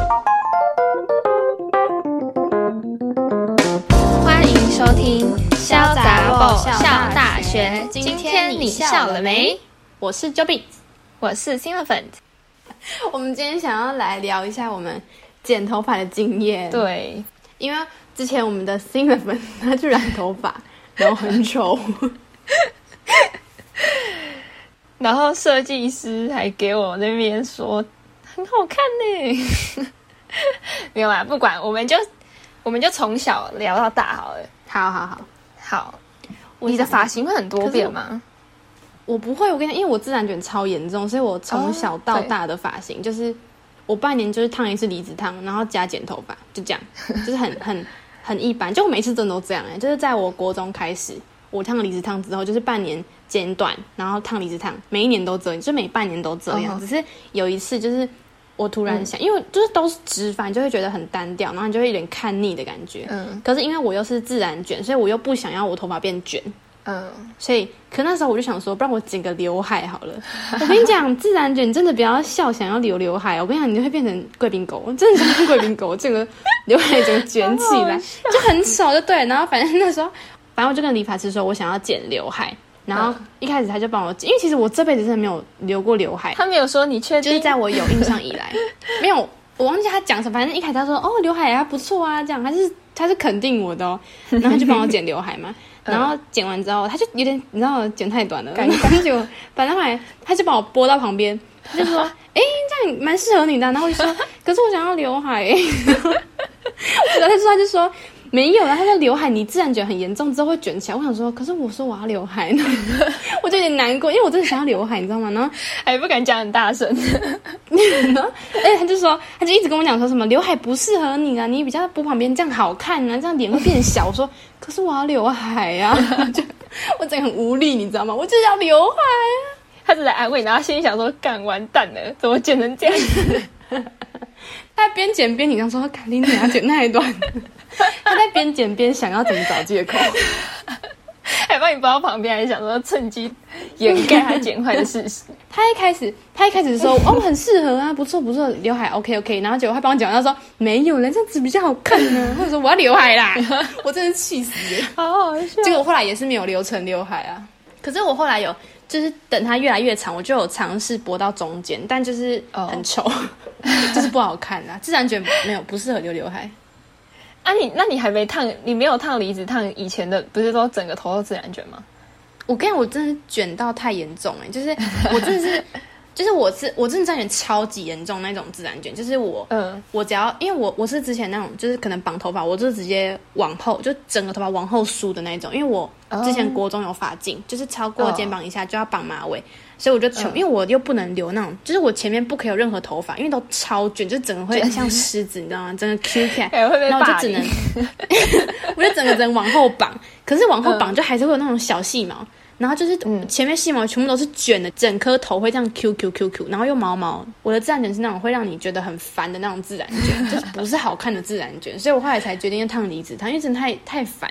欢迎收听潇洒爆笑大学，今天你笑了没？ 我是 Joby， 我是 Cinlephant。 我们今天想要来聊一下我们剪头发的经验。 对， 因为之前我们的 Cinlephant 他去染头发，然后很丑， 然后设计师还给我那边说很好看呢。没有啦，不管，我们就从小聊到大好了。 好。 你的发型会很多变吗？ 我不会，我跟你讲，因为我自然卷超严重，所以我从小到大的发型就是我半年就是烫一次离子烫，然后加剪头发，就这样，就是很一般。就我每次真的都这样就是在我国中开始，我烫离子烫之后，就是半年剪短，然后烫离子烫，每一年都这样，就每半年都这样。只是有一次就是我突然想，因为就是都是直发，你就会觉得很单调，然后你就会有点看腻的感觉。可是因为我又是自然卷，所以我又不想要我头发变卷。所以可那时候我就想说，不然我剪个刘海好了。我跟你讲，自然卷真的不要笑，想要留刘海。我跟你讲，你就会变成贵宾狗，真的像贵宾狗，整个刘海整个卷起来，就很丑，就对。然后反正那时候，我就跟理发师说我想要剪刘海，然后一开始他就帮我剪，因为其实我这辈子真的没有留过刘海。 他没有说你确定？ 就是在我有印象以来，没有。我忘记他讲什么，反正一开始他说刘海还不错啊，这样他是肯定我的然后他就帮我剪刘海嘛。然后剪完之后，他就有点你知道剪太短了，感觉就反正后来他就把我拨到旁边，他就说这样蛮适合你的。然后我就说可是我想要刘海然后他就说没有啦，他说刘海你自然卷很严重之后会卷起来。我想说可是我说我要刘海呢我就有点难过，因为我真的想要刘海你知道吗？然后还不敢讲很大声他就一直跟我讲说什么刘海不适合你啊，你比较拨旁边这样好看啊，这样脸会变小。我说可是我要刘海啊我真的很无力你知道吗？我就是要刘海啊。 他只在安慰，然后心里想说干完蛋了，怎么剪成这样子他边剪边你想说肯定你要剪太短他在边剪边想要怎么找借口还帮你包到旁边，还想说趁机掩盖他剪坏的事实他一开始说很适合啊，不错刘海 OK， 然后结果他帮我讲，他说没有了，这样子比较好看呢或者说我要刘海啦我真的气死了好好笑。 结果我后来也是没有留成刘海啊，可是我后来有就是等它越来越长，我就有尝试拨到中间，但就是很丑就是不好看啊。自然卷不适合留刘海啊。那你还没烫，你没有烫离子烫以前的不是都整个头都自然卷吗？ 我跟你讲，我真的卷到太严重就是我真的是就是我真的自然卷超级严重那种自然卷，就是我只要因为我是之前那种就是可能绑头发，我就直接往后就整个头发往后梳的那种，因为我之前国中有发镜，就是超过肩膀以下就要绑马尾，所以我就因为我又不能留那种，就是我前面不可以有任何头发，因为都超卷，就整个会像狮子，你知道吗？整个 Q 起来，然后我就只能我就整个人往后绑，可是往后绑就还是会有那种小细毛。然后就是前面细毛全部都是卷的，整颗头会这样 Q， 然后又毛毛。我的自然卷是那种会让你觉得很烦的那种自然卷，就是不是好看的自然卷，所以我后来才决定要烫离子烫，因为真的太烦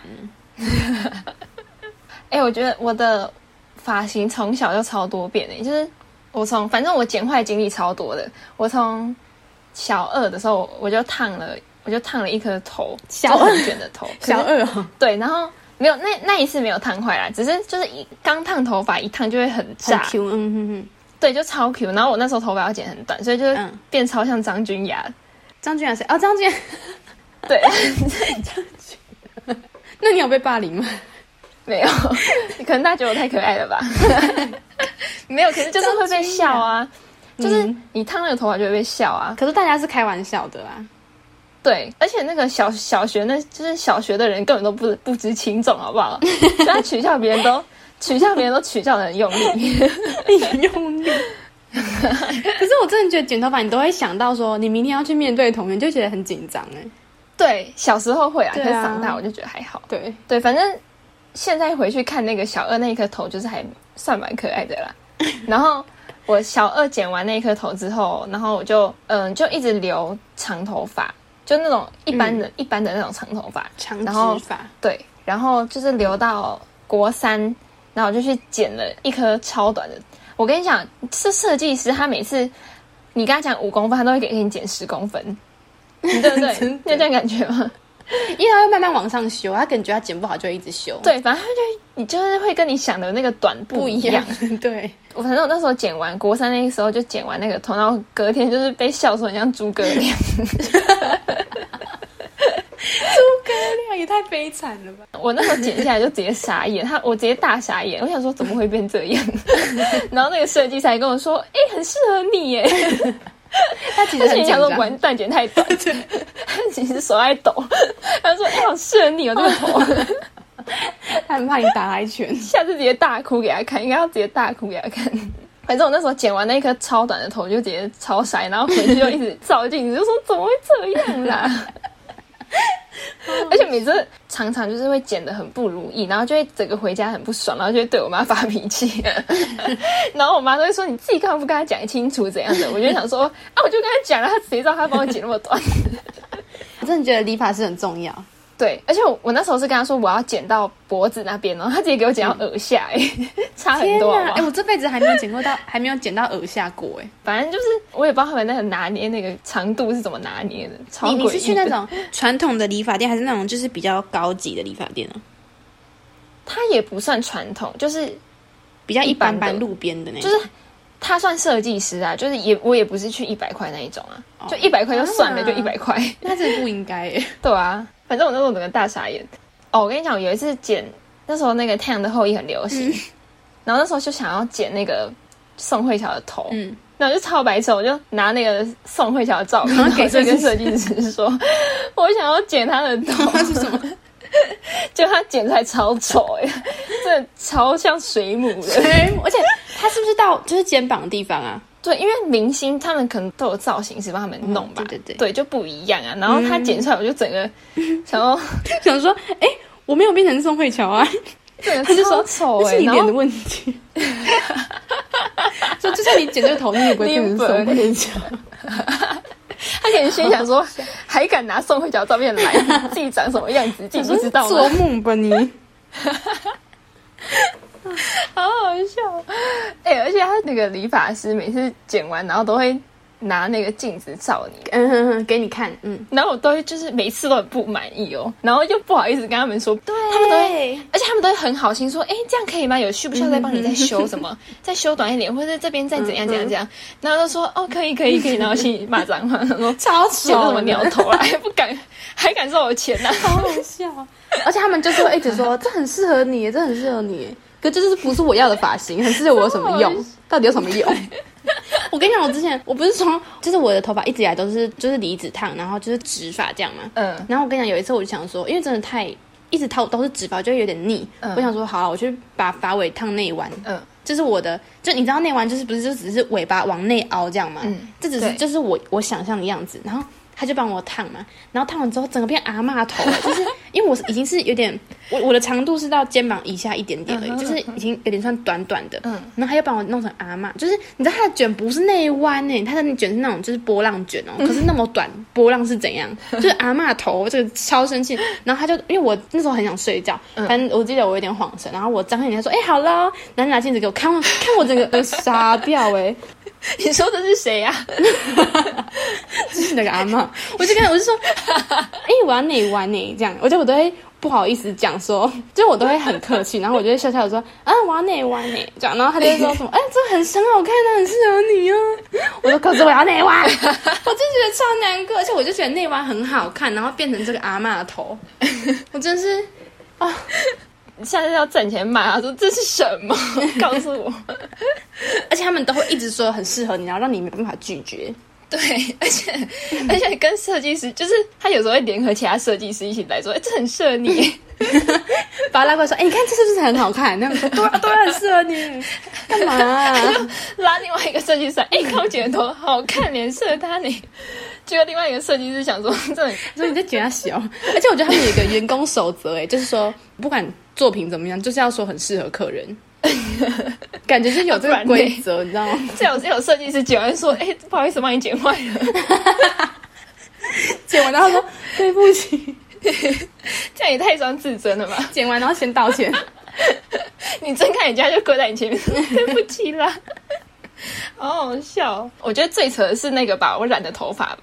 了我觉得我的发型从小就超多变就是反正我剪坏经历超多的。我从小2的时候我就烫了一颗头， 小 2卷的头小2 对，然后没有那一次没有烫坏啦，只是就是刚烫头发一烫就会很炸， 很 Q， 对，就超 Q。然后我那时候头发要剪很短，所以就变超像张君雅。 张君雅谁？张君雅， 对， 张君雅。那你有被霸凌吗？ 没有，可能大家觉得我太可爱了吧？没有，可是就是会被笑啊，就是你烫那个头发就会被笑啊。 可是大家是开玩笑的啦。 对，而且那个小学就是小学的人根本都不知轻重，好不好？所以他取笑别人都取笑得很用力， 很用力。可是我真的觉得剪头发，你都会想到说，你明天要去面对同学，就觉得很紧张对，小时候会可是长大我就觉得还好。对，反正现在回去看那个小2那一颗头，就是还算蛮可爱的啦。然后我小2剪完那一颗头之后，然后我就一直留长头发。就那种一般的那种长头发， 长直发， 对，然后就是留到国3，然后我就去剪了一颗超短的。我跟你讲，是设计师他每次你跟他讲5公分，他都会给你剪10公分， 对不对？你有这样感觉吗？ 因为他会慢慢往上修，他感觉他剪不好就会一直修。 对，反正你就是会跟你想的那个短不一样。 对， 反正我那时候剪完国三那个时候就剪完那个头，然后隔天就是被笑说很像诸葛亮。 诸葛亮也太悲惨了吧！ 我那时候剪下来就直接傻眼，我直接大傻眼，我想说怎么会变这样？然后那个设计师还跟我说：“很适合你耶。” 他其实很紧张， 说完蛋剪太短，他其实手在抖。他说：“好适合你哦，这个头。” 他很怕你打他一拳， 下次直接大哭给他看，应该要直接大哭给他看。反正我那时候剪完那一颗超短的头，就直接超傻，然后回去就一直照镜子，就说怎么会这样啦？而且每次常常就是会剪得很不如意，然后就会整个回家很不爽，然后就会对我妈发脾气。然后我妈都会说：“你自己干嘛不跟她讲清楚怎样的？”我就想说：“我就跟她讲了，她谁知道她帮我剪那么短？” 我真的觉得理发师很重要。 对，而且我那时候是跟他说我要剪到脖子那边，然后他直接给我剪到耳下，差很多好不好？ 我这辈子还没有剪到耳下过反正就是我也不知道他们那个拿捏那个长度是怎么拿捏的，超诡异的。 你是去那种传统的理发店，还是那种就是比较高级的理发店呢？ 它也不算传统，就是比较一般般路边的那种。 就是他算设计师啊，就是我也不是去100块那一种啊，就100块就算了，就100块， 那真的不应该对啊。反正我那时候整个大傻眼。我跟你讲，有一次剪，那时候那个《太阳的后裔》很流行，然后那时候就想要剪那个宋慧乔的头，然后就超白痴，我就拿那个宋慧乔的照片，然后跟设计师说，我想要剪她的头， 是什么？ 就他剪出来超丑真的超像水母的， 而且他是不是到就是肩膀的地方啊？ 对，因为明星他们可能都有造型师帮他们弄吧，对，就不一样啊。然后他剪出来，我就整个想说，我没有变成宋慧乔啊， 他就说丑是你脸的问题。说就算你剪这个头，你也不会变成宋慧乔。 他可能心想说，还敢拿宋慧乔照片来，自己长什么样子，自己不知道吗？ 做梦吧你！ 好好笑。而且他那个理发师每次剪完，然后都会拿那个镜子照你， 给你看， 然后我都会就是每次都很不满意然后又不好意思跟他们说， 对， 他们都会，而且他们都会很好心说，这样可以吗？有需不需要再帮你再修什么，再修短一点，或者这边再怎样怎样怎样，然后就说可以，然后心里骂脏话，说超剪什么鸟头啊，还敢收我钱啊， 好好笑。而且他们就是会一直说这很适合你，这很适合你，可这就是不是我要的发型，很适合我有什么用？到底有什么用？我跟你讲，我之前我不是说，就是我的头发一直以来都是就是离子烫，然后就是直发这样嘛。然后我跟你讲，有一次我就想说，因为真的太一直烫都是直发，就会有点腻。我想说，好了，我去把发尾烫内弯。就是我的，就你知道内弯就是不是就只是尾巴往内凹这样嘛？这只是就是我想象的样子，然后。他就帮我烫嘛，然后烫完之后整个变阿嬷头就是因为我已经是有点我的长度是到肩膀以下一点点而已，就是已经有点算短短的，然后他又帮我弄成阿嬷，就是你知道他的卷不是内弯他的卷是那种就是波浪卷可是那么短，波浪是怎样？就是阿嬷头，这个超生气。然后他就因为我那时候很想睡觉，反正我记得我有点晃神，然后我张开眼睛说好了，然后拿镜子给我看我整个傻掉你说的是谁呀？ 就是那个阿嬷，我就说，我要内弯这样，我都会不好意思讲说，就我都会很客气，然后我就会笑笑的说，我要内弯这样，然后他就会说什么，这很好看，很适合你啊。我说可是我要内弯，我真觉得超难过，而且我就觉得内弯很好看，然后变成这个阿嬷的头，我真是下次要挣钱买，他说这是什么？告诉我。 而且他们都会一直说很适合你，然后让你没办法拒绝。 对，而且跟设计师，就是他有时候会联合其他设计师一起来说，这很适合你。 把他拉过来说，你看这是不是很好看？那样说，对啊，很适合你。干嘛他就拉另外一个设计师，看我剪的头好看，适合他呢。结果另外一个设计师想说， 说你在剪他小。而且我觉得他们有一个员工守则，就是说不管作品怎么样，就是要说很适合客人。感觉是有这个规则，你知道吗？ 这有设计师剪完说，不好意思，帮你剪坏了。 剪完然后说对不起， 这样也太伤自尊了吧？ 剪完然后先道歉， 你睁开眼睛就跪在你前面说对不起啦。好好笑。我觉得最扯的是那个吧，我染的头发吧。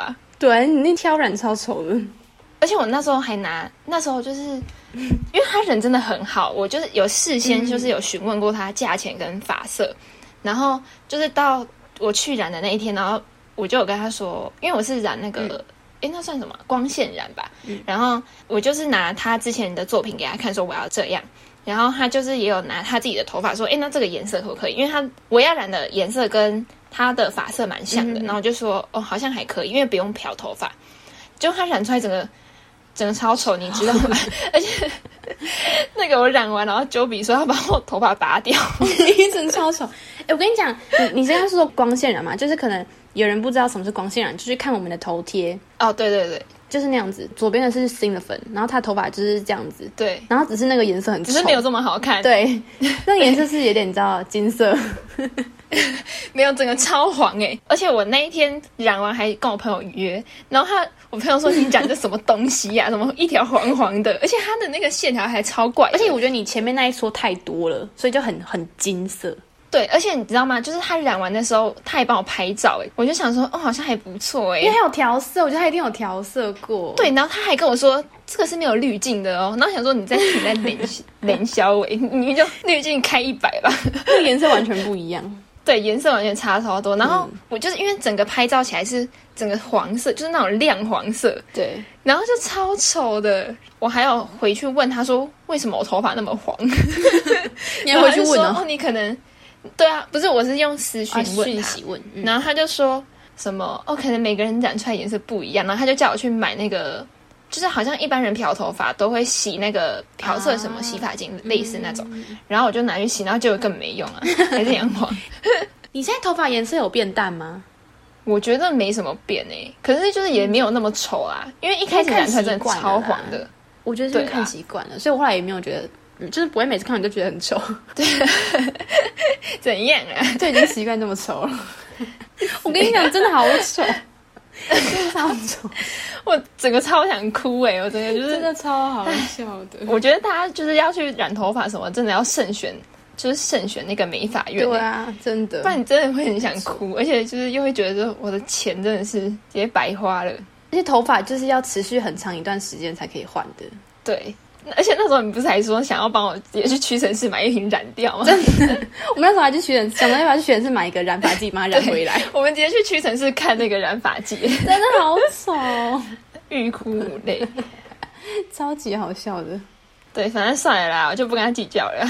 对，你那挑染超丑的。 而且我那时候还拿，那时候就是因为他人真的很好，我就是有事先就是有询问过他价钱跟发色，然后就是到我去染的那一天，然后我就有跟他说，因为我是染那个那算什么光线染吧，然后我就是拿他之前的作品给他看，说我要这样，然后他就是也有拿他自己的头发说，那这个颜色可不可以？因为我要染的颜色跟他的发色蛮像的，然后我就说好像还可以，因为不用漂头发，就他染出来整个超丑，你知道吗？而且那个我染完，然后九比说要把我头发拔掉， 真的超丑。我跟你讲，你现在说光线染嘛，就是可能有人不知道什么是光线染，就去看我们的头贴。 哦，对对对， 就是那样子，左边的是新的粉，然后他头发就是这样子， 对， 然后只是那个颜色很丑， 只是没有这么好看。 对，那个颜色是有点你知道金色。 没有，整个超黄而且我那一天染完还跟我朋友约，然后我朋友说你染这什么东西啊，什么一条黄黄的，而且它的那个线条还超怪， 而且我觉得你前面那一撮太多了，所以就很金色。 对，而且你知道吗？就是他染完的时候，他也帮我拍照我就想说，好像还不错因为他有调色，我觉得他一定有调色过。 对，然后他还跟我说这个是没有滤镜的然后想说你在连销你就滤镜开100吧， 那个颜色完全不一样。 对，颜色完全差超多。然后我就是因为整个拍照起来是整个黄色，就是那种亮黄色， 对， 然后就超丑的。我还要回去问他说为什么我头发那么黄， 你要回去问你可能。对啊，不是，我是用私讯问他，然后他就说什么可能每个人染出来颜色不一样，然后他就叫我去买那个，就是好像一般人漂头发都会洗那个漂色什么洗发精，类似那种，然后我就拿去洗，然后结果更没用啊，还是一样黄。 你现在头发颜色有变淡吗？ 我觉得没什么变可是就是也没有那么丑啦，因为一开始染出来真的超黄的。 我觉得是看习惯了，所以我后来也没有觉得。就是不会每次看你就觉得很丑， 对，怎样啊？ 就已经习惯这么丑了。我跟你讲，真的好丑，真的超丑， 我整个超想哭我整个就是真的超好笑的。 我觉得大家就是要去染头发什么，真的要慎选，就是慎选那个美发院。 对啊，真的， 不然你真的会很想哭，而且就是又会觉得我的钱真的是直接白花了。 而且头发就是要持续很长一段时间才可以换的。 对。而且那时候你不是还说想要帮我直接去屈臣氏买一瓶染掉吗？ 真的，我们那时候还去屈臣氏，想到要不要去屈臣氏买一个染发剂，把它染回来。 我们直接去屈臣氏看那个染发剂， 真的好丑， 欲哭无泪， 超级好笑的。 对，反正算了啦，我就不跟他计较了。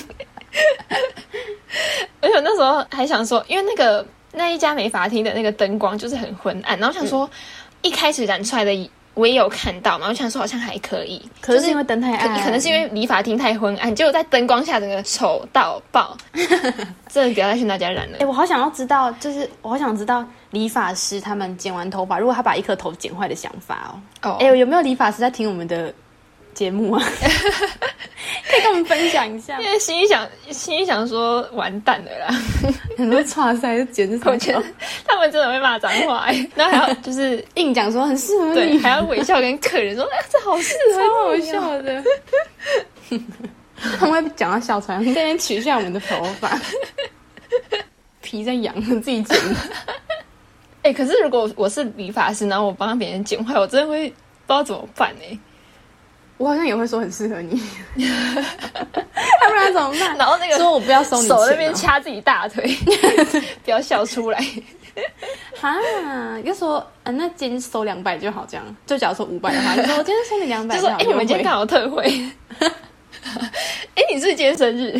而且我那时候还想说，因为那一家美发厅的那个灯光就是很昏暗，然后想说一开始染出来的。我也有看到嘛，我想说好像还可以， 可是因为灯太暗， 可能是因为理发厅太昏暗，结果在灯光下整个丑到爆，真的不要再去那家染了。 我好想要知道，就是我好想知道理发师他们剪完头发，如果他把一颗头剪坏的想法有没有理发师在听我们的节目啊？可以跟我们分享一下。 因为心里想说完蛋了啦， 很多剉赛就剪这种， 他们真的会骂脏话然后还要就是硬讲说很适合你， 对，还要微笑跟客人说这好适合你， 超好笑的。他们会讲到笑出来，今天取下我们的头发，皮在痒，自己剪的。 可是如果我是理发师，然后我帮别人剪坏，我真的会不知道怎么办我好像也会说很适合你，要不然怎么办？ 然后那个说我不要收你钱， 手那边掐自己大腿，不要笑出来。 哈，就说那今天收200就好，这样。就假如说500的话，就说我今天收你200 就说我们今天刚好特惠。你是今天生日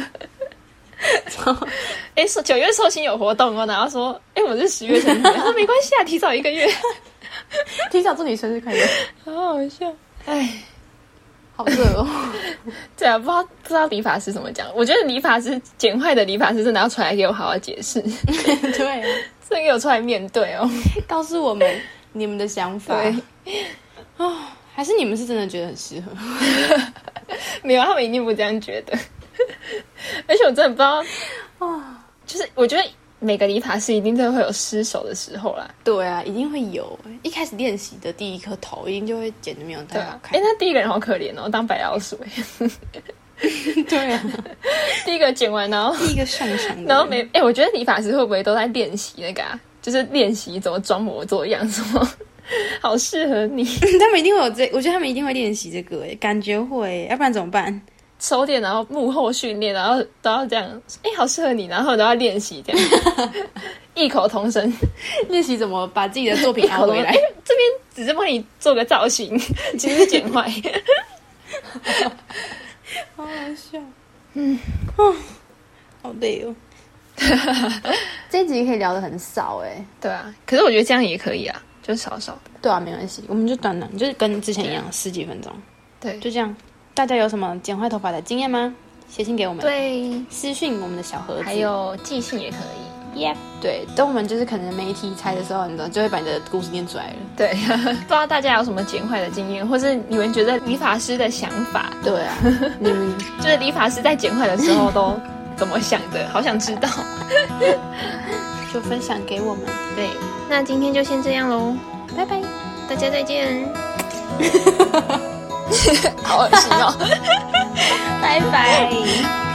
？9月寿星有活动然后说我是10月生日，他说没关系啊，提早1个月， 提早祝你生日快乐， 好好笑， 好热哦。 对啊，不知道理发师怎么讲。我觉得理发师剪坏的理发师真的要出来给我好好解释。 对啊， 真的给我出来面对告诉我们你们的想法。对还是你们是真的觉得很适合？ 没有，他们一定不这样觉得。而且我真的不知道就是我觉得每个理发师一定都会有失手的时候啦。 对啊，一定会有。一开始练习的第一颗头，一定就会剪得没有太好看。 那第一个人好可怜当白老鼠对啊， 第一个剪完，然后第一个上场的， 然后我觉得理发师会不会都在练习那个就是练习怎么装模作样什么？ 好适合你。 他们一定会有我觉得他们一定会练习这个感觉会要不然怎么办？ 收店，然后幕后训练，然后都要这样，好适合你，然后都要练习这样，异口同声练习怎么把自己的作品拿回来。 这边只是帮你做个造型，其实是剪坏。 好好笑。好累哦。这一集可以聊得很少对啊，可是我觉得这样也可以啊，就少少的。 对啊，没关系，我们就短短，就是跟之前一样，10几分钟。 对， 就这样。大家有什么剪坏头发的经验吗？写信给我们， 对， 私讯我们的小盒子， 还有寄信也可以。 Yep， 对，等我们就是可能没题材的时候，你知道就会把你的故事念出来了。 对，不知道大家有什么剪坏的经验，或是你们觉得理发师的想法？ 对啊，你们就是理发师在剪坏的时候都怎么想的？好想知道， 就分享给我们。 对，那今天就先这样咯， 拜拜， 大家再见。好恶心哦， 拜拜。